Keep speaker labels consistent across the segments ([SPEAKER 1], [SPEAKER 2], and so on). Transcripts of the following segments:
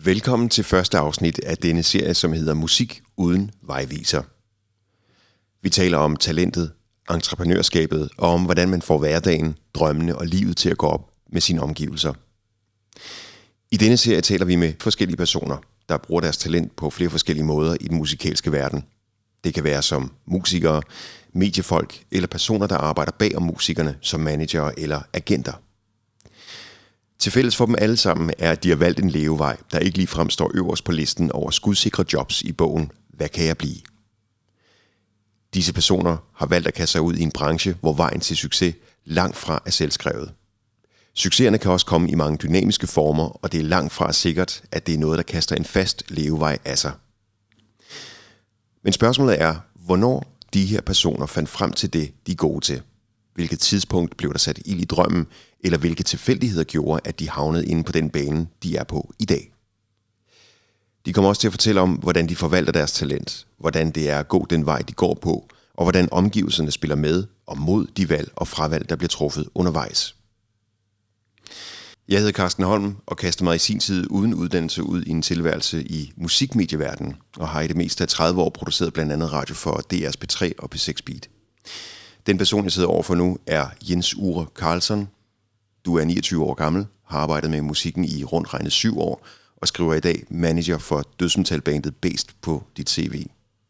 [SPEAKER 1] Velkommen til første afsnit af denne serie, som hedder Musik uden vejviser. Vi taler om talentet, entreprenørskabet og om, hvordan man får hverdagen, drømmene og livet til at gå op med sine omgivelser. I denne serie taler vi med forskellige personer, der bruger deres talent på flere forskellige måder i den musikalske verden. Det kan være som musikere, mediefolk eller personer, der arbejder bag om musikerne som manager eller agenter. Til fælles for dem alle sammen er, at de har valgt en levevej, der ikke ligefrem står øverst på listen over skudsikre jobs i bogen Hvad kan jeg blive? Disse personer har valgt at kaste sig ud i en branche, hvor vejen til succes langt fra er selvskrevet. Succeserne kan også komme i mange dynamiske former, og det er langt fra sikkert, at det er noget, der kaster en fast levevej af sig. Men spørgsmålet er, hvornår de her personer fandt frem til det, de er gode til. Hvilket tidspunkt blev der sat ild i drømmen, eller hvilke tilfældigheder gjorde, at de havnede inde på den bane, de er på i dag. De kommer også til at fortælle om, hvordan de forvalter deres talent, hvordan det er at gå den vej, de går på, og hvordan omgivelserne spiller med og mod de valg og fravalg, der bliver truffet undervejs. Jeg hedder Carsten Holm og kastede mig i sin tid uden uddannelse ud i en tilværelse i musikmedieverdenen, og har i det meste af 30 år produceret blandt andet radio for DR's P3 og P6 Beat. Den person, jeg sidder overfor nu, er Jens Ure Karlsson. Du er 29 år gammel, har arbejdet med musikken i rundt regnet 7 år, og skriver i dag manager for dødsmetalbandet Bæst på dit CV.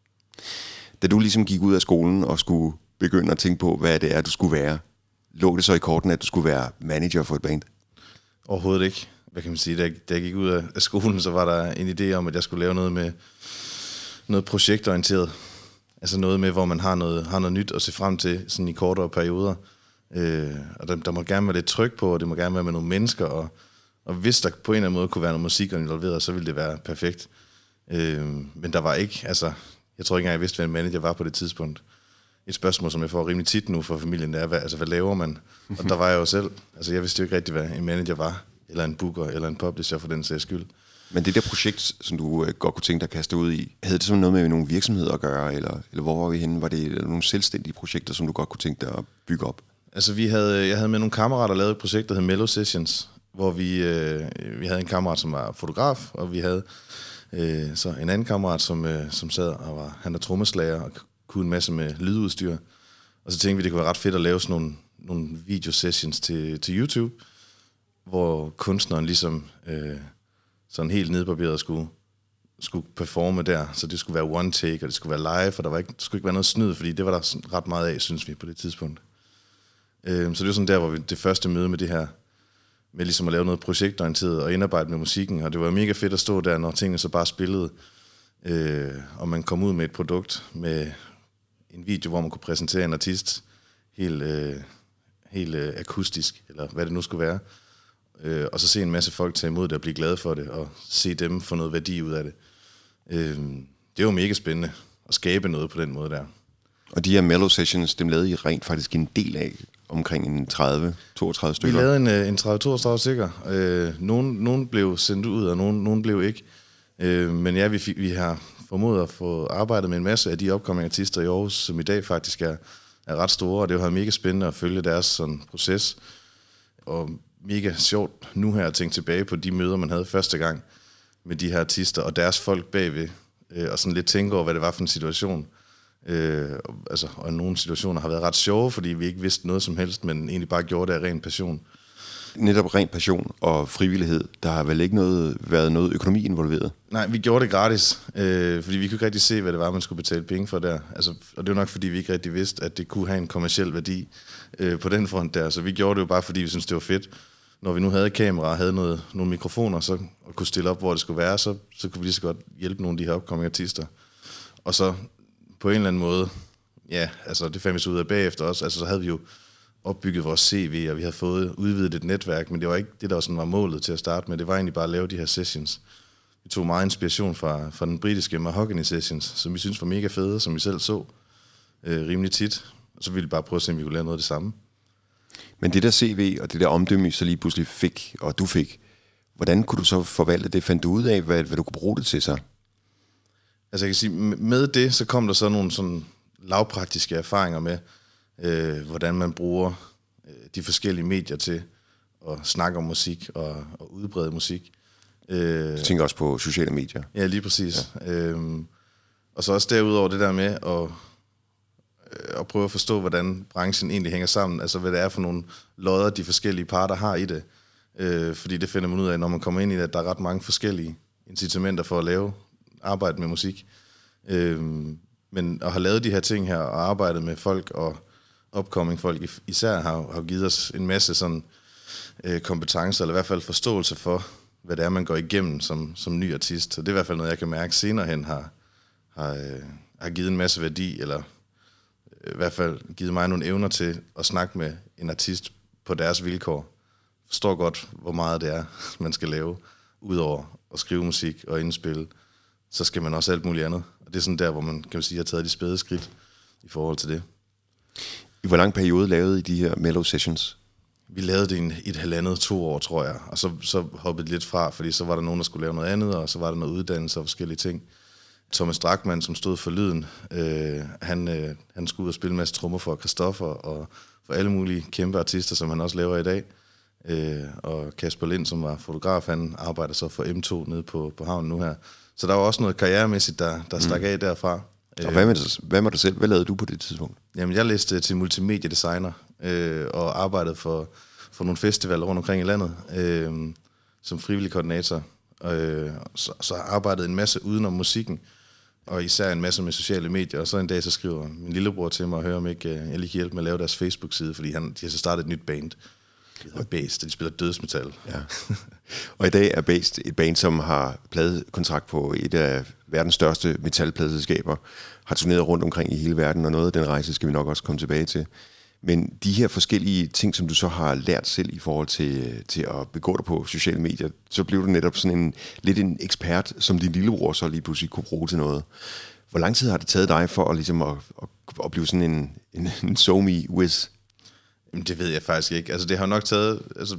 [SPEAKER 1] Da du ligesom gik ud af skolen og skulle begynde at tænke på, hvad det er, du skulle være, lå det så i korten, at du skulle være manager for et band?
[SPEAKER 2] Overhovedet ikke. Hvad kan man sige? Da jeg gik ud af skolen, så var der en idé om, at jeg skulle lave noget med noget projektorienteret. Altså noget med, hvor man har noget nyt at se frem til sådan i kortere perioder. Og der må gerne være lidt tryk på, og det må gerne være med nogle mennesker. Og hvis der på en eller anden måde kunne være noget musik involveret, så ville det være perfekt. Men der var ikke, altså, jeg tror ikke engang, jeg vidste, hvad en manager var på det tidspunkt. Et spørgsmål, som jeg får rimelig tit nu fra familien, det er, hvad laver man? Og der var jeg jo selv. Altså, jeg vidste jo ikke rigtig, hvad en manager var, eller en booker, eller en publisher for den sags skyld.
[SPEAKER 1] Men det der projekt, som du godt kunne tænke dig at kaste ud i, havde det sådan noget med nogle virksomheder at gøre, eller hvor var vi henne? Var det nogle selvstændige projekter, som du godt kunne tænke dig at bygge op?
[SPEAKER 2] Altså, jeg havde med nogle kammerater lavet et projekt, der hed Mellow Sessions, hvor vi havde en kammerat, som var fotograf, og vi havde så en anden kammerat, som sad og han er trommeslager og kunne en masse med lydudstyr. Og så tænkte vi, det kunne være ret fedt at lave sådan nogle video-sessions til YouTube, hvor kunstneren ligesom sådan helt nedbarberet skulle performe der. Så det skulle være one take, og det skulle være live, og der skulle ikke være noget snyd, fordi det var der ret meget af, synes vi, på det tidspunkt. Så det var sådan der, hvor det første møde med det her, med ligesom at lave noget projektorienteret og indarbejde med musikken, og det var mega fedt at stå der, når tingene så bare spillede, og man kom ud med et produkt med en video, hvor man kunne præsentere en artist helt akustisk, eller hvad det nu skulle være, og så se en masse folk tage imod det og blive glade for det, og se dem få noget værdi ud af det. Det var mega spændende at skabe noget på den måde der.
[SPEAKER 1] Og de her Mellow Sessions, dem lavede I rent faktisk en del af, omkring en 30-32 stykker?
[SPEAKER 2] Vi lavede en 30-32 stykker. Nogle blev sendt ud, og nogle blev ikke. Men ja, vi har formået at få arbejdet med en masse af de upcoming artister i Aarhus, som i dag faktisk er ret store, og det har mega spændende at følge deres sådan, proces. Og mega sjovt nu her at tænke tilbage på de møder, man havde første gang med de her artister, og deres folk bagved, og sådan lidt tænke over, hvad det var for en situation. Og nogle situationer har været ret sjove, fordi vi ikke vidste noget som helst, men egentlig bare gjorde det af ren passion.
[SPEAKER 1] Netop ren passion og frivillighed. Der har vel ikke været noget økonomi involveret?
[SPEAKER 2] Nej, vi gjorde det gratis, fordi vi kunne ikke rigtig se, hvad det var, man skulle betale penge for der. Altså, og det var nok, fordi vi ikke rigtig vidste, at det kunne have en kommerciel værdi på den front der. Så vi gjorde det jo bare, fordi vi syntes, det var fedt. Når vi nu havde kamera og havde nogle mikrofoner, så og kunne stille op, hvor det skulle være, så kunne vi lige så godt hjælpe nogle af de her upcoming artister. Og så på en eller anden måde, ja, altså det fandt vi så ud af bagefter også, altså så havde vi jo opbygget vores CV, og vi havde fået udvidet et netværk, men det var ikke det, der sådan var målet til at starte med. Det var egentlig bare at lave de her sessions. Vi tog meget inspiration fra den britiske Mahogany Sessions, som vi synes var mega fede, som vi selv så rimelig tit. Og så ville vi bare prøve at se, om vi kunne lave noget af det samme.
[SPEAKER 1] Men det der CV og det der omdømme, så lige pludselig fik, og du fik, hvordan kunne du så forvalte det? Fandt du ud af, hvad du kunne bruge det til så?
[SPEAKER 2] Altså jeg kan sige, med det, så kom der så nogle sådan lavpraktiske erfaringer med, hvordan man bruger de forskellige medier til at snakke om musik og udbrede musik.
[SPEAKER 1] Jeg tænker også på sociale medier.
[SPEAKER 2] Ja, lige præcis. Ja. Og så også derudover det der med at prøve at forstå, hvordan branchen egentlig hænger sammen. Altså, hvad det er for nogle lodder, de forskellige parter har i det. Fordi det finder man ud af, når man kommer ind i det, at der er ret mange forskellige incitamenter for at arbejde med musik. Men at have lavet de her ting her, og arbejdet med folk og upcoming folk især, har givet os en masse sådan kompetencer, eller i hvert fald forståelse for, hvad det er, man går igennem som ny artist. Og det er i hvert fald noget, jeg kan mærke senere hen har givet en masse værdi, eller i hvert fald givet mig nogle evner til at snakke med en artist på deres vilkår. Forstår godt, hvor meget det er, man skal lave, udover at skrive musik og indspille. Så skal man også alt muligt andet. Og det er sådan der, hvor man, kan man sige, har taget de spæde skridt i forhold til det.
[SPEAKER 1] I hvor lang periode lavede I de her Mellow Sessions?
[SPEAKER 2] Vi lavede det i et 1,5-2 år, tror jeg. Og så hoppede det lidt fra, fordi så var der nogen, der skulle lave noget andet, og så var der noget uddannelse og forskellige ting. Thomas Drachmann, som stod for lyden, han skulle ud og spille en masse trommer for Christoffer og for alle mulige kæmpe artister, som han også laver i dag. Og Kasper Lind, som var fotograf, han arbejder så for M2 nede på havnen nu her. Så der var også noget karrieremæssigt, der stak af derfra.
[SPEAKER 1] Og hvad med dig selv? Hvad lavede du på det tidspunkt?
[SPEAKER 2] Jamen, jeg læste til multimediedesigner og arbejdede for nogle festivaler rundt omkring i landet som frivillig koordinator. Så arbejdede en masse udenom musikken, og især en masse med sociale medier. Og så en dag så skriver min lillebror til mig og hører, om ikke jeg lige kan hjælpe med at lave deres Facebook-side, fordi de har så startet et nyt band. Det hedder Based, de spiller dødsmetal.
[SPEAKER 1] Ja. Og i dag er Based et band, som har pladekontrakt på et af verdens største metalpladeselskaber, har turneret rundt omkring i hele verden, og noget af den rejse skal vi nok også komme tilbage til. Men de her forskellige ting, som du så har lært selv i forhold til at begå dig på sociale medier, så blev du netop sådan lidt en ekspert, som din lillebror så lige pludselig kunne bruge til noget. Hvor lang tid har det taget dig for ligesom at blive sådan en SoMe-whiz?
[SPEAKER 2] Jamen, det ved jeg faktisk ikke. Altså, det har nok taget... Altså,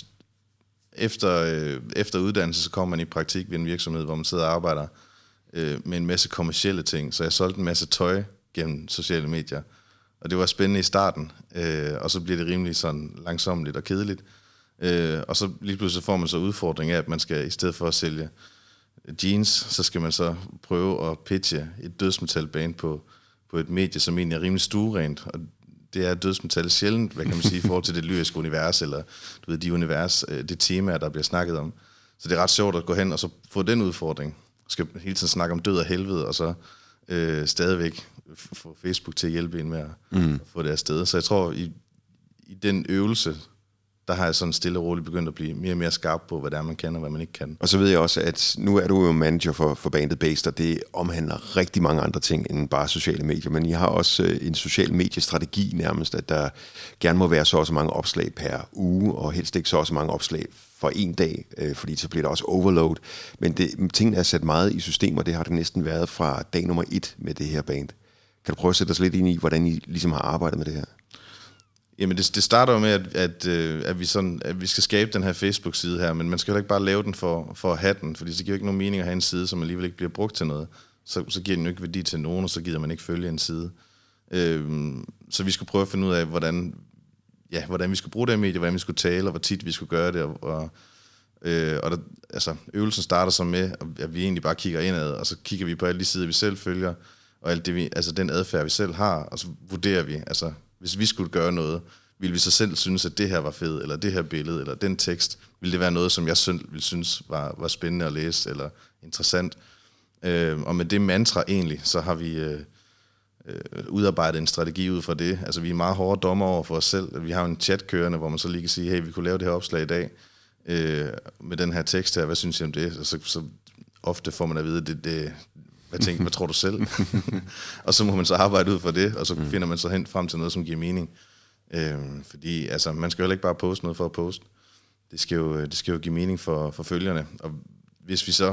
[SPEAKER 2] efter uddannelse, så kommer man i praktik ved en virksomhed, hvor man sidder og arbejder med en masse kommercielle ting. Så jeg solgte en masse tøj gennem sociale medier. Og det var spændende i starten. Og så bliver det rimelig sådan langsommeligt og kedeligt. Og så lige pludselig får man så udfordring af, at man skal, i stedet for at sælge jeans, så skal man så prøve at pitche et dødsmetalband på et medie, som egentlig er rimelig stuerent. Og det er dødsmetal sjældent, hvad kan man sige, i forhold til det lyriske univers, eller du ved, de univers, det tema, der bliver snakket om. Så det er ret sjovt at gå hen og så få den udfordring. Skal hele tiden snakke om død og helvede, og så stadigvæk få Facebook til at hjælpe en med at få det afsted. Så jeg tror, i den øvelse, der har jeg sådan stille og roligt begyndt at blive mere og mere skarp på, hvad det er, man kan, og hvad man ikke kan.
[SPEAKER 1] Og så ved jeg også, at nu er du jo manager for bandet Based, og det omhandler rigtig mange andre ting end bare sociale medier, men I har også en social mediestrategi nærmest, at der gerne må være så også mange opslag per uge, og helst ikke så også mange opslag for en dag, fordi så bliver der også overload. Men tingene er sat meget i system, og det har det næsten været fra dag nummer 1 med det her band. Kan du prøve at sætte os lidt ind i, hvordan I ligesom har arbejdet med det her?
[SPEAKER 2] Jamen det starter jo med, at vi skal skabe den her Facebook-side her, men man skal jo ikke bare lave den for at have den, fordi det giver jo ikke nogen mening at have en side, som alligevel ikke bliver brugt til noget. Så giver den jo ikke værdi til nogen, og så gider man ikke følge en side. Så vi skulle prøve at finde ud af, hvordan vi skulle bruge det medie, hvordan vi skulle tale, og hvor tit vi skulle gøre det. Og øvelsen starter så med, at vi egentlig bare kigger indad, og så kigger vi på alle de sider, vi selv følger, og alt det, den adfærd, vi selv har, og så vurderer vi, altså hvis vi skulle gøre noget, ville vi så selv synes, at det her var fedt, eller det her billede, eller den tekst, ville det være noget, som jeg selv ville synes var spændende at læse, eller interessant. Og med det mantra egentlig, så har vi udarbejdet en strategi ud fra det. Altså vi er meget hårde dommer over for os selv. Vi har jo en chat kørende, hvor man så lige kan sige, hey, vi kunne lave det her opslag i dag, med den her tekst her, hvad synes I om det? Og så ofte får man at vide, hvad tror du selv? Og så må man så arbejde ud fra det, og så finder man så hen frem til noget, som giver mening. Fordi altså, man skal jo ikke bare poste noget for at poste. Det skal jo give mening for følgerne. Og hvis vi så,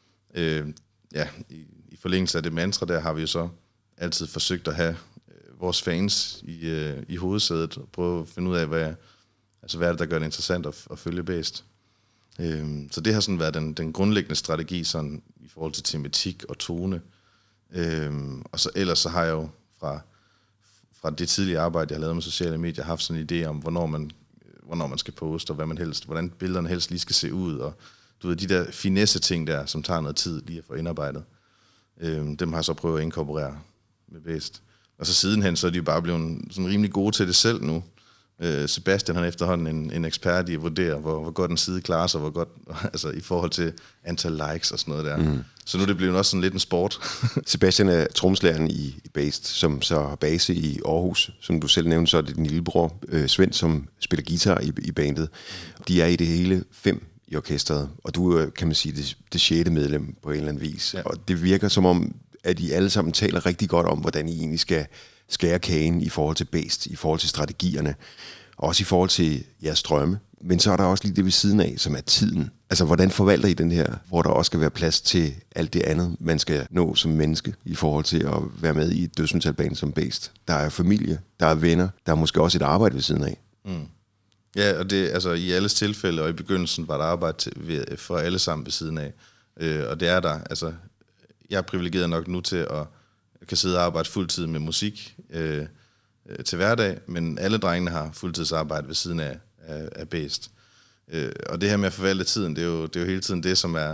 [SPEAKER 2] i forlængelse af det mantra der, har vi jo så altid forsøgt at have vores fans i hovedsædet, og prøve at finde ud af, hvad er det, der gør det interessant at følge Based. Så det har sådan været den grundlæggende strategi sådan, i forhold til tematik og tone. Og så ellers så har jeg jo fra det tidlige arbejde, jeg har lavet med sociale medier, haft sådan en idé om, hvornår man skal poste, og hvordan billederne helst lige skal se ud, og du ved, de der finesse ting der, som tager noget tid lige at få indarbejdet. Dem har jeg så prøvet at inkorporere med Bæst. Og så sidenhen, så er de jo bare blevet sådan rimelig gode til det selv nu. Sebastian han er efterhånden en ekspert i at vurdere, hvor godt en side klarer sig, hvor godt, altså i forhold til antal likes og sådan noget der. Så nu er det blevet også sådan lidt en sport.
[SPEAKER 1] Sebastian er trommeslageren i Bæst, som så har base i Aarhus. Som du selv nævnte, så er det din lillebror, Svend, som spiller guitar i bandet. De er i det hele 5 i orkestret, og du er, kan man sige, det 6. medlem på en eller anden vis. Ja. Og det virker som om, at I alle sammen taler rigtig godt om, hvordan I egentlig skal skære kagen i forhold til Bæst, i forhold til strategierne, og også i forhold til jeres drømme. Men så er der også lige det ved siden af, som er tiden. Altså, hvordan forvalter I den her, hvor der også skal være plads til alt det andet, man skal nå som menneske, i forhold til at være med i et dødsmetalband som Bæst? Der er familie, der er venner, der er måske også et arbejde ved siden af.
[SPEAKER 2] Ja, og det, altså i alles tilfælde, og i begyndelsen var der arbejde for alle sammen ved siden af. Og det er der, altså, jeg er privilegeret nok nu til at kan sidde og arbejde fuldtid med musik til hverdag, men alle drengene har fuldtidsarbejde ved siden af Bæst. Og det her med at forvalte tiden, det er jo hele tiden det, som er...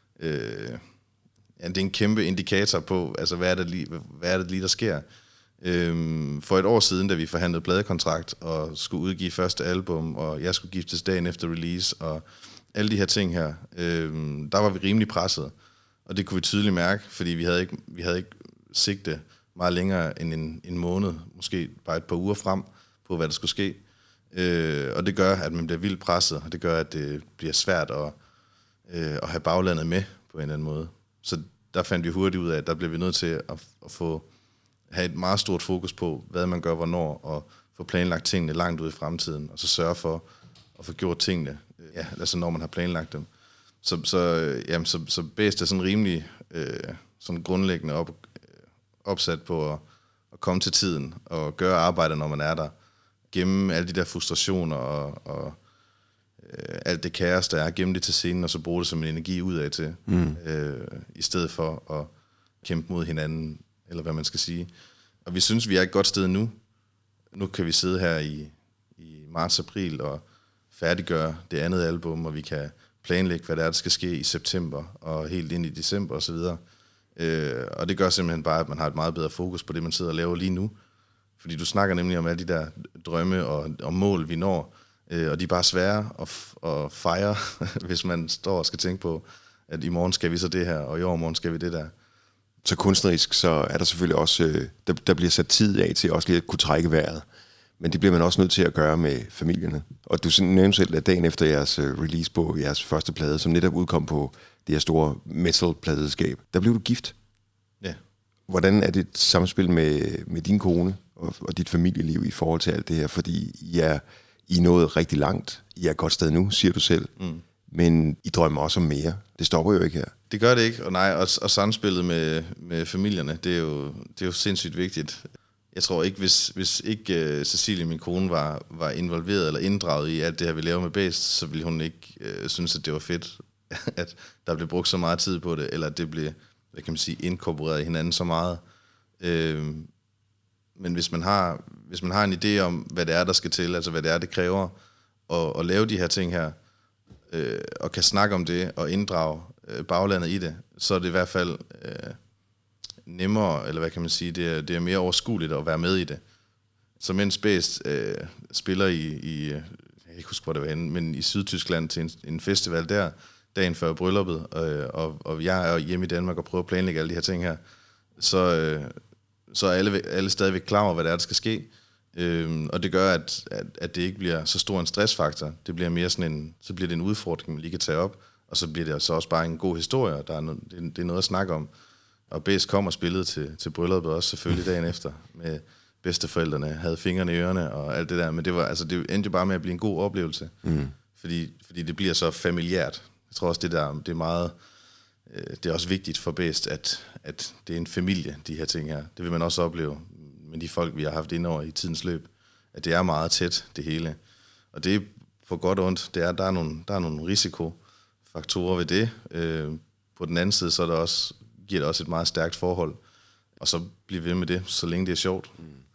[SPEAKER 2] det er en kæmpe indikator på, altså hvad er det lige, der sker. For et år siden, da vi forhandlede pladekontrakt og skulle udgive første album, og jeg skulle giftes dagen efter release, og alle de her ting her, der var vi rimelig presset. Og det kunne vi tydeligt mærke, fordi vi havde ikke sigte meget længere end en måned, måske bare et par uger frem på, hvad der skulle ske. Og det gør, at man bliver vildt presset, og det gør, at det bliver svært at have baglandet med på en eller anden måde. Så der fandt vi hurtigt ud af, at der blev vi nødt til at have et meget stort fokus på, hvad man gør, hvornår, og få planlagt tingene langt ud i fremtiden, og så sørge for at få gjort tingene, altså når man har planlagt dem. Så Bæst er sådan rimelig sådan grundlæggende opsat på at komme til tiden og gøre arbejdet, når man er der. Gemme alle de der frustrationer og alt det kaos, der er, gemme det til scenen, og så bruge det som en energi udad til, i stedet for at kæmpe mod hinanden, eller hvad man skal sige. Og vi synes, vi er et godt sted nu. Nu kan vi sidde her i marts-april og færdiggøre det andet album, og vi kan planlægge, hvad der skal ske i september og helt ind i december osv. Og det gør simpelthen bare, at man har et meget bedre fokus på det, man sidder og laver lige nu. Fordi du snakker nemlig om alle de der drømme og mål, vi når, og de er bare svære at fejre, hvis man står og skal tænke på, at i morgen skal vi så det her, og i overmorgen skal vi det der.
[SPEAKER 1] Så kunstnerisk, så er der selvfølgelig også, der bliver sat tid af til også lige at kunne trække vejret. Men det bliver man også nødt til at gøre med familierne. Og du nævnte selv, at dagen efter jeres release på jeres første plade, som netop udkom på det her store metal-pladeskab, der blev du gift.
[SPEAKER 2] Ja.
[SPEAKER 1] Hvordan er det et samspil med din kone og dit familieliv i forhold til alt det her? Fordi I er nået rigtig langt. I er et godt sted nu, siger du selv. Men I drømmer også om mere. Det stopper jo ikke her.
[SPEAKER 2] Det gør det ikke, og nej, og samspillet med familierne, det er jo sindssygt vigtigt. Jeg tror ikke, hvis ikke Cecilie, min kone, var involveret eller inddraget i alt det her, vi laver med Bæst, så ville hun ikke synes, at det var fedt, at der blev brugt så meget tid på det, eller at det blev, hvad kan man sige, inkorporeret i hinanden så meget. Men hvis man har en idé om, hvad det er, der skal til, altså hvad det er, det kræver at lave de her ting her, og kan snakke om det og inddrage baglandet i det, så er det i hvert fald nemmere, eller hvad kan man sige, det er mere overskueligt at være med i det. Så mens Bæst spiller i jeg kan ikke huske, hvor det var henne, men i Sydtyskland til en festival der, dagen før brylluppet, og jeg er hjemme i Danmark og prøver at planlægge alle de her ting her, så er alle stadigvæk klar over, hvad det er, der skal ske. Og det gør, at det ikke bliver så stor en stressfaktor. Det bliver mere sådan så bliver det en udfordring, man lige kan tage op, og så bliver det så også bare en god historie, og det er noget at snakke om. Og Bæst kom og spillede til brylluppet også selvfølgelig dagen efter, med bedsteforældrene, havde fingrene i ørerne og alt det der, men det endte jo bare med at blive en god oplevelse, fordi det bliver så familiært. Jeg tror også, det er meget, det er også vigtigt for Bæst, at det er en familie, de her ting her. Det vil man også opleve med de folk, vi har haft indover i tidens løb, at det er meget tæt, det hele. Og det er på godt og ondt, der er nogle risikofaktorer ved det. På den anden side, så giver det også et meget stærkt forhold, og så blive ved med det, så længe det er sjovt.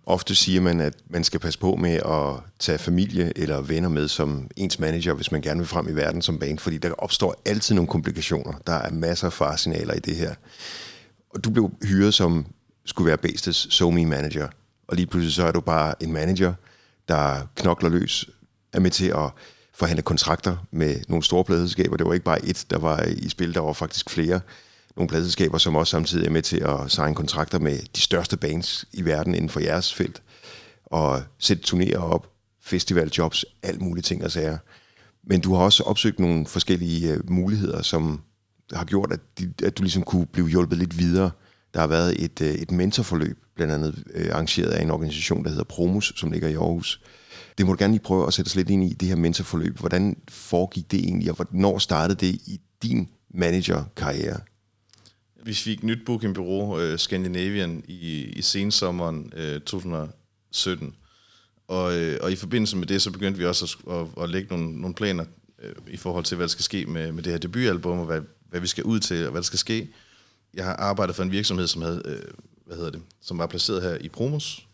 [SPEAKER 1] Ofte siger man, at man skal passe på med at tage familie eller venner med som ens manager, hvis man gerne vil frem i verden som band, fordi der opstår altid nogle komplikationer. Der er masser af faresignaler i det her. Og du blev hyret som skulle være Bæstes SoMe manager, og lige pludselig så er du bare en manager, der knokler løs, er med til at forhandle kontrakter med nogle store pladeselskaber. Det var ikke bare et, der var i spil, der var faktisk flere. Nogle pladeselskaber, som også samtidig er med til at signe kontrakter med de største bands i verden inden for jeres felt, og sætte turnéer op, festivaljobs, alt mulige ting og sager. Men du har også opsøgt nogle forskellige muligheder, som har gjort, at du ligesom kunne blive hjulpet lidt videre. Der har været et mentorforløb, blandt andet arrangeret af en organisation, der hedder Promus, som ligger i Aarhus. Det må du gerne lige prøve at sætte os lidt ind i, det her mentorforløb. Hvordan foregik det egentlig, og hvornår startede det i din managerkarriere?
[SPEAKER 2] Vi fik nyt bookingbureau, Scandinavian, i sensommeren 2017. Og i forbindelse med det, så begyndte vi også at lægge nogle planer i forhold til, hvad der skal ske med det her debutalbum, og hvad vi skal ud til, og hvad der skal ske. Jeg har arbejdet for en virksomhed, som var placeret her i Promus.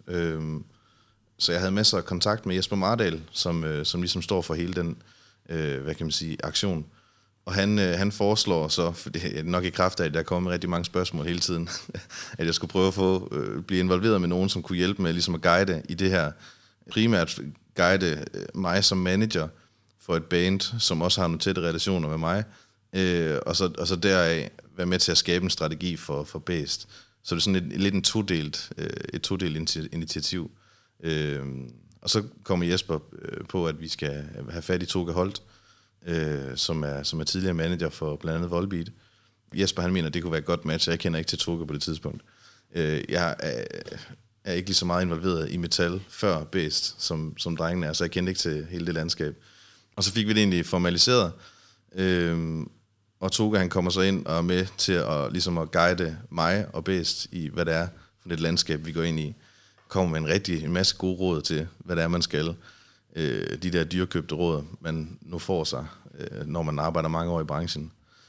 [SPEAKER 2] Så jeg havde masser af kontakt med Jesper Mardal, som ligesom står for hele den, aktion. Og han foreslår så, for det er nok i kraft af, at der er kommet rigtig mange spørgsmål hele tiden, at jeg skulle prøve at blive involveret med nogen, som kunne hjælpe med ligesom at guide i det her. Primært guide mig som manager for et band, som også har nogle tætte relationer med mig, og så deraf være med til at skabe en strategi for Bæst. Så det er sådan lidt et todelt initiativ. Og så kommer Jesper på, at vi skal have fat i Toga Holt, som er tidligere manager for blandt andet Volbeat. Jesper, han mener, at det kunne være et godt match. Jeg kender ikke til Toga på det tidspunkt. Jeg er ikke lige så meget involveret i metal før Bæst, som drengene er, så jeg kendte ikke til hele det landskab. Og så fik vi det egentlig formaliseret, og Toga, han kommer så ind og er med til at guide mig og Bæst i, hvad det er for et landskab, vi går ind i. Kommer med en masse gode råd til, hvad det er, man skal. De der dyrkøbte råd, man nu får sig, når man arbejder mange år i branchen.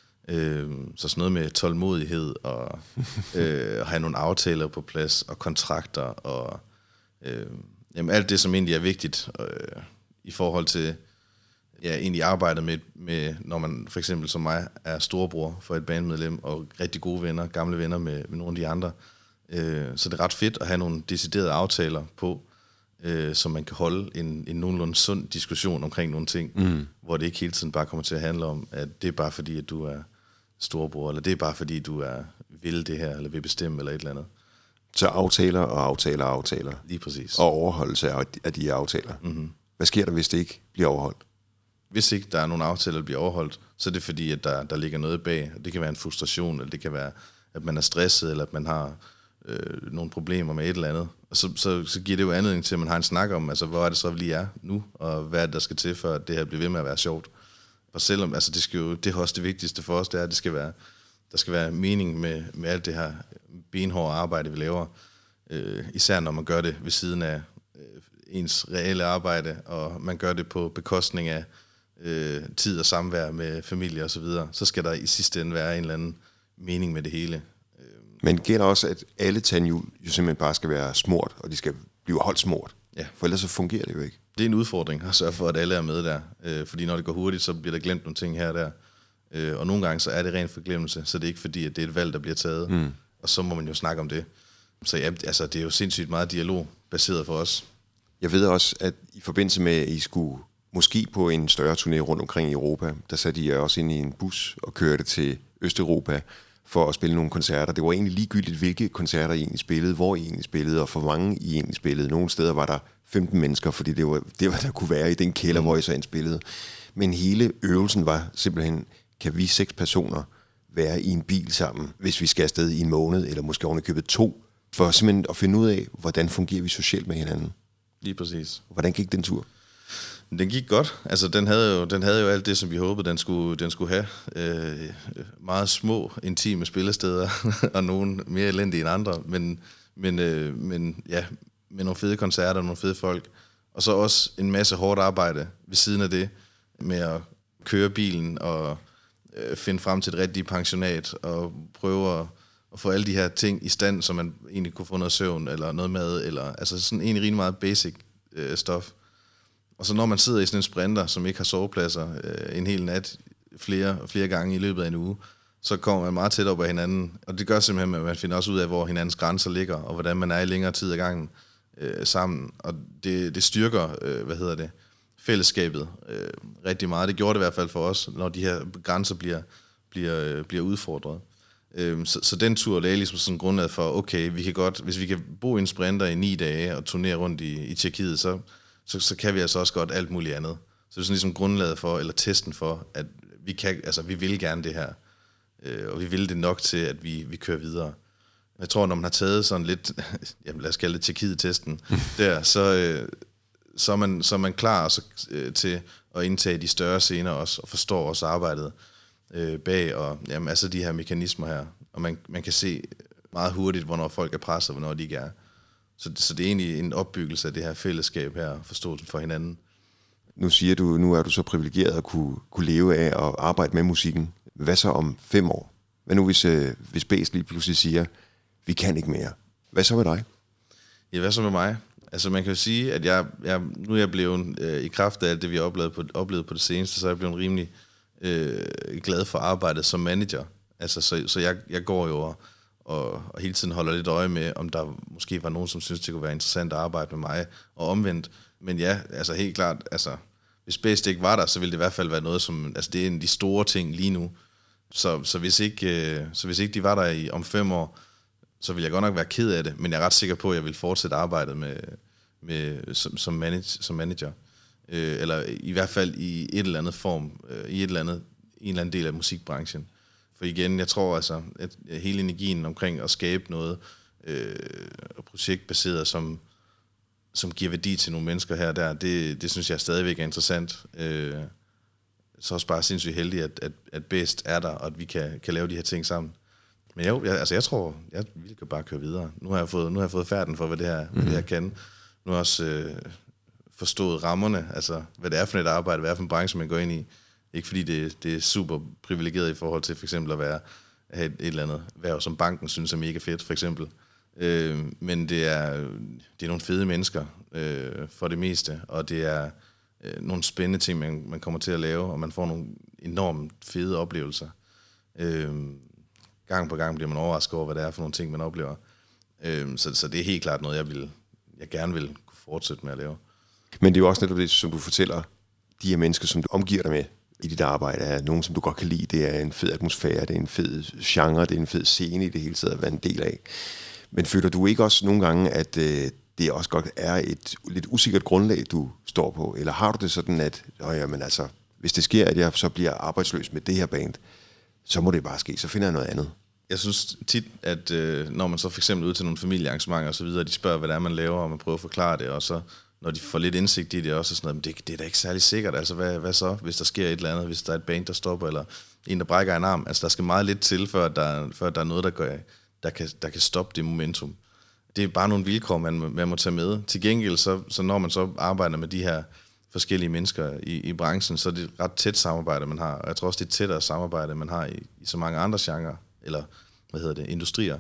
[SPEAKER 2] Så sådan noget med tålmodighed og have nogle aftaler på plads og kontrakter og alt det, som egentlig er vigtigt i forhold til egentlig arbejdet med, når man for eksempel som mig er storebror for et bandmedlem og rigtig gode venner, gamle venner med nogle af de andre. Så det er ret fedt at have nogle deciderede aftaler på, så man kan holde en nogenlunde sund diskussion omkring nogle ting, hvor det ikke hele tiden bare kommer til at handle om, at det er bare fordi, at du er storebror, eller det er bare fordi, du vil det her, eller vil bestemme, eller et eller andet.
[SPEAKER 1] Så aftaler og aftaler og aftaler.
[SPEAKER 2] Lige præcis.
[SPEAKER 1] Og overholdelse af de aftaler. Mm-hmm. Hvad sker der, hvis det ikke bliver overholdt?
[SPEAKER 2] Hvis ikke der er nogen aftaler, der bliver overholdt, så er det fordi, at der ligger noget bag. Det kan være en frustration, eller det kan være, at man er stresset, eller at man har nogle problemer med et eller andet. Og så giver det jo anledning til, at man har en snak om, altså hvor er det så, vi lige er nu, og hvad er det, der skal til, for at det her bliver ved med at være sjovt. Og selvom, altså det er også det vigtigste for os, det er, at der skal være mening med alt det her benhårde arbejde, vi laver. Især når man gør det ved siden af ens reelle arbejde, og man gør det på bekostning af tid og samvær med familie og så videre, så skal der i sidste ende være en eller anden mening med det hele.
[SPEAKER 1] Men det gælder også, at alle tandhjul jo simpelthen bare skal være smurt, og de skal blive holdt smurt.
[SPEAKER 2] Ja.
[SPEAKER 1] For ellers så fungerer det jo ikke.
[SPEAKER 2] Det er en udfordring at sørge for, at alle er med der. Fordi når det går hurtigt, så bliver der glemt nogle ting her og der. Og nogle gange så er det ren forglemmelse, så det er ikke fordi, at det er et valg, der bliver taget. Og så må man jo snakke om det. Så ja, altså, det er jo sindssygt meget dialog baseret for os.
[SPEAKER 1] Jeg ved også, at i forbindelse med, at I skulle måske på en større turné rundt omkring i Europa, der satte I også ind i en bus og kørte til Østeuropa for at spille nogle koncerter. Det var egentlig ligegyldigt, hvilke koncerter I egentlig spillede, hvor I egentlig spillede, og for mange I egentlig spillede. Nogle steder var der 15 mennesker, fordi det var der kunne være i den kælder, hvor I så indspillede. Men hele øvelsen var simpelthen, kan vi 6 personer være i en bil sammen, hvis vi skal afsted i en måned, eller måske ovenikøbet 2, for simpelthen at finde ud af, hvordan fungerer vi socialt med hinanden.
[SPEAKER 2] Lige præcis.
[SPEAKER 1] Hvordan gik den tur?
[SPEAKER 2] Den gik godt. Altså, den havde jo alt det, som vi håbede, den skulle have. Meget små, intime spillesteder, og nogle mere elendige end andre, men ja, med nogle fede koncerter, nogle fede folk. Og så også en masse hårdt arbejde ved siden af det, med at køre bilen og finde frem til et rigtigt pensionat, og prøve at få alle de her ting i stand, så man egentlig kunne få noget søvn, eller noget mad, eller altså sådan egentlig rimelig meget basic stof. Og så når man sidder i sådan en sprinter, som ikke har sovepladser en hel nat, flere gange i løbet af en uge, så kommer man meget tæt op af hinanden. Og det gør simpelthen, at man finder også ud af, hvor hinandens grænser ligger, og hvordan man er i længere tid ad gangen sammen. Og det styrker, fællesskabet rigtig meget. Det gjorde det i hvert fald for os, når de her grænser bliver udfordret. Så den tur lagde ligesom sådan grundlaget for, okay, vi kan godt, hvis vi kan bo i en sprinter i 9 dage og turnere rundt i Tjekkiet, så kan vi altså også godt alt muligt andet. Så det er sådan ligesom grundlaget for, eller testen for, at vi vil gerne det her. Og vi vil det nok til, at vi kører videre. Jeg tror, når man har taget sådan lidt, jamen lad os kalde det Tjekkiet-testen, der, så er man klar til at indtage de større scener også, og forstår også arbejdet bag, og jamen, altså de her mekanismer her. Og man kan se meget hurtigt, hvornår folk er presset, og hvornår de ikke er. Så det er egentlig en opbyggelse af det her fællesskab her, forståelsen for hinanden.
[SPEAKER 1] Nu siger du, nu er du så privilegeret at kunne leve af og arbejde med musikken. Hvad så om 5 år? Hvad nu hvis Bæst lige pludselig siger, vi kan ikke mere? Hvad så med dig?
[SPEAKER 2] Ja, hvad så med mig? Altså man kan jo sige, at nu er jeg blevet, i kraft af alt det, vi har oplevet på det seneste, så er jeg blevet rimelig glad for arbejdet som manager. Altså, så jeg går jo og hele tiden holder lidt øje med, om der måske var nogen, som synes, det kunne være interessant at arbejde med mig, og omvendt. Men ja, altså helt klart, altså hvis Bæst ikke var der, så ville det i hvert fald være noget, som, altså det er en af de store ting lige nu. Så hvis ikke de var der om 5 år, så ville jeg godt nok være ked af det, men jeg er ret sikker på, at jeg vil fortsætte arbejdet som manager. Eller i hvert fald i et eller andet form, i en eller anden del af musikbranchen. For igen, jeg tror altså, at hele energien omkring at skabe noget projektbaseret, som giver værdi til nogle mennesker her og der, det synes jeg stadigvæk er interessant. Så også bare sindssygt heldig, at Bæst er der, og at vi kan lave de her ting sammen. Men jeg tror, vi kan bare køre videre. Nu har jeg fået færden for, hvad det her kan. Nu har jeg også forstået rammerne, altså hvad det er for et arbejde, hvad det er for en branche, man går ind i. Ikke fordi det er super privilegeret i forhold til for eksempel at have et eller andet værv, som banken synes er mega fedt, for eksempel. Men det er nogle fede mennesker for det meste, og det er nogle spændende ting, man kommer til at lave, og man får nogle enormt fede oplevelser. Gang på gang bliver man overrasket over, hvad det er for nogle ting, man oplever. Så det er helt klart noget, jeg gerne vil kunne fortsætte med at lave.
[SPEAKER 1] Men det er jo også netop det, som du fortæller, de her mennesker, som du omgiver dig med i dit arbejde, er nogen, som du godt kan lide. Det er en fed atmosfære, det er en fed genre, det er en fed scene i det hele taget at være en del af. Men føler du ikke også nogle gange, at det også godt er et lidt usikkert grundlag, du står på? Eller har du det sådan, at jamen altså, hvis det sker, at jeg så bliver arbejdsløs med det her band, så må det bare ske, så finder jeg noget andet?
[SPEAKER 2] Jeg synes tit, at når man så for eksempel ud til nogle familiearrangementer og så videre, de spørger, hvad det er, man laver, og man prøver at forklare det, og så når de får lidt indsigt i det også, sådan noget, men det er da ikke særlig sikkert. Altså, hvad så, hvis der sker et eller andet, hvis der er et band, der stopper, eller en, der brækker en arm? Altså, der skal meget lidt til, før der er noget, der kan stoppe det momentum. Det er bare nogle vilkår, man må tage med. Til gengæld, så når man så arbejder med de her forskellige mennesker i branchen, så er det et ret tæt samarbejde, man har. Og jeg tror også, det er et tættere samarbejde, man har i så mange andre genrer, eller industrier.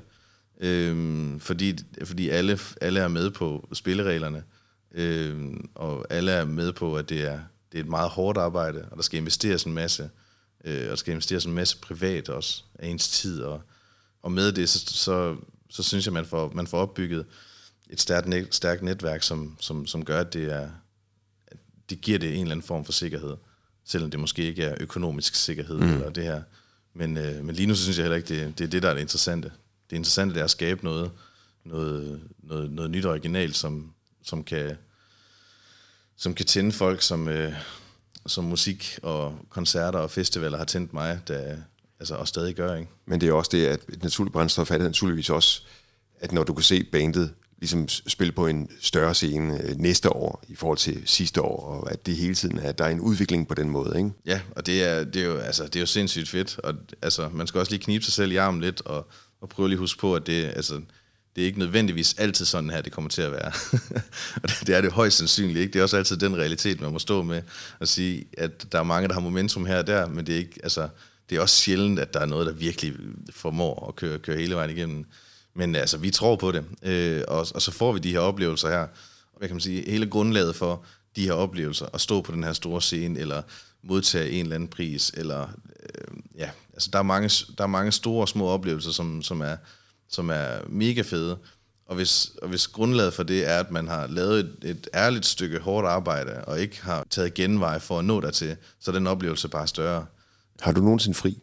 [SPEAKER 2] Fordi alle er med på spillereglerne, og alle er med på, at det er et meget hårdt arbejde, og der skal investeres en masse, og der skal investeres en masse privat også, af ens tid, og med det, så synes jeg, man får opbygget et stærkt netværk, som gør, at det giver det en eller anden form for sikkerhed, selvom det måske ikke er økonomisk sikkerhed, eller det her. Men lige nu så synes jeg heller ikke, det er det, der er det interessante. Det interessante er at skabe noget nyt originalt, som kan tænde folk, som musik og koncerter og festivaler har tændt mig, og stadig gør, ikke? Men det er også det, at et naturligt brændstof er det naturligvis også, at når du kan se bandet ligesom spille på en større scene næste år i forhold til sidste år, og at det hele tiden der er en udvikling på den måde, ikke? Ja, og det er jo sindssygt fedt, og altså man skal også lige knibe sig selv i armen lidt og prøve lige at huske på, at det er ikke nødvendigvis altid sådan her, det kommer til at være. Og det er det højst sandsynligt ikke. Det er også altid den realitet, man må stå med og sige, at der er mange, der har momentum her og der, men det er ikke, altså, det er også sjældent, at der er noget, der virkelig formår at køre hele vejen igennem. Men altså, vi tror på det, og så får vi de her oplevelser her. Og hvad kan man sige, hele grundlaget for de her oplevelser, at stå på den her store scene, eller modtage en eller anden pris, eller altså der er mange store og små oplevelser, som er mega fede. Og hvis grundlaget for det er, at man har lavet et ærligt stykke hårdt arbejde, og ikke har taget genvej for at nå dertil, så er den oplevelse bare større.
[SPEAKER 1] Har du nogensinde fri?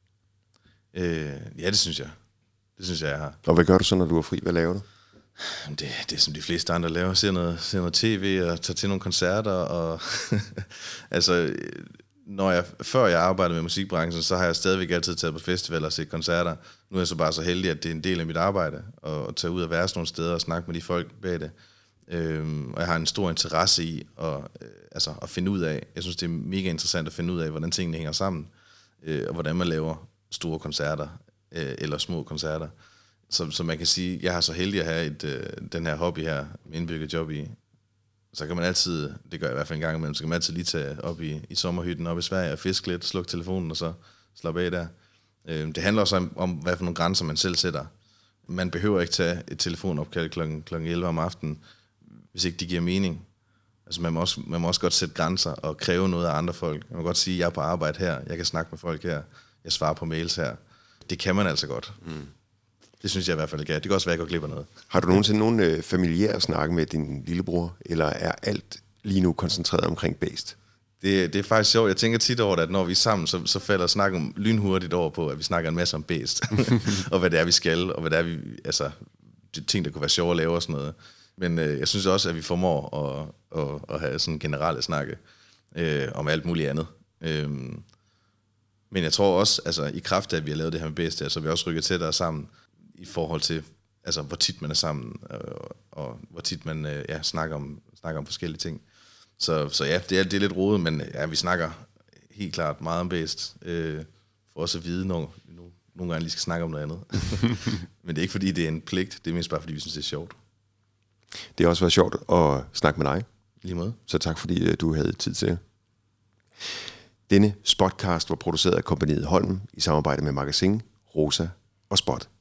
[SPEAKER 2] Ja, det synes jeg. Det synes jeg har.
[SPEAKER 1] Og hvad gør du så, når du er fri? Hvad laver du?
[SPEAKER 2] Det er som de fleste andre laver. Ser noget tv og tager til nogle koncerter. Og altså, før jeg arbejdede med musikbranchen, så har jeg stadigvæk altid taget på festivaler og set koncerter. Nu er jeg så bare så heldig, at det er en del af mit arbejde, at tage ud og være sådan nogle steder og snakke med de folk bag det. Og jeg har en stor interesse i at finde ud af, jeg synes, det er mega interessant at finde ud af, hvordan tingene hænger sammen, og hvordan man laver store koncerter, eller små koncerter. Så man kan sige, jeg har så heldig at have den her hobby her, indbygget job i. Så kan man altid, det gør jeg i hvert fald en gang imellem, så kan man altid lige tage op i sommerhytten op i Sverige og fiske lidt, slukke telefonen og så slappe af der. Det handler også om, hvad for nogle grænser man selv sætter. Man behøver ikke tage et telefonopkald kl. 11 om aftenen, hvis ikke de giver mening. Altså man må også godt sætte grænser og kræve noget af andre folk. Man må godt sige, at jeg er på arbejde her, jeg kan snakke med folk her, jeg svarer på mails her. Det kan man altså godt. Det synes jeg i hvert fald ikke. Det kan også være, at jeg går glip af noget.
[SPEAKER 1] Har du nogensinde nogen familiære snakke med din lillebror, eller er alt lige nu koncentreret omkring Bæst?
[SPEAKER 2] Det er faktisk sjovt. Jeg tænker tit over det, at når vi er sammen, så falder snakken lynhurtigt over på, at vi snakker en masse om Bæst. Og hvad det er, vi skal, og hvad det er, vi... Altså, det ting, der kunne være sjovt at lave og sådan noget. Men jeg synes også, at vi formår at have sådan generelle snakke om alt muligt andet. Men jeg tror også, altså i kraft af, at vi har lavet det her med Bæst, så vi også rykket tættere sammen i forhold til, altså hvor tit man er sammen, og hvor tit man snakker om forskellige ting. Så ja, det er lidt rodet, men ja, vi snakker helt klart meget om Bæst, for også at vide, når nogle gange lige skal snakke om noget andet. Men det er ikke fordi, det er en pligt, det er mest bare fordi, vi synes, det er sjovt.
[SPEAKER 1] Det har også været sjovt at snakke med dig.
[SPEAKER 2] Lige måde.
[SPEAKER 1] Så tak fordi du havde tid til det. Denne Spotcast var produceret af kompagniet Holm i samarbejde med Magasin, Rosa og Spot.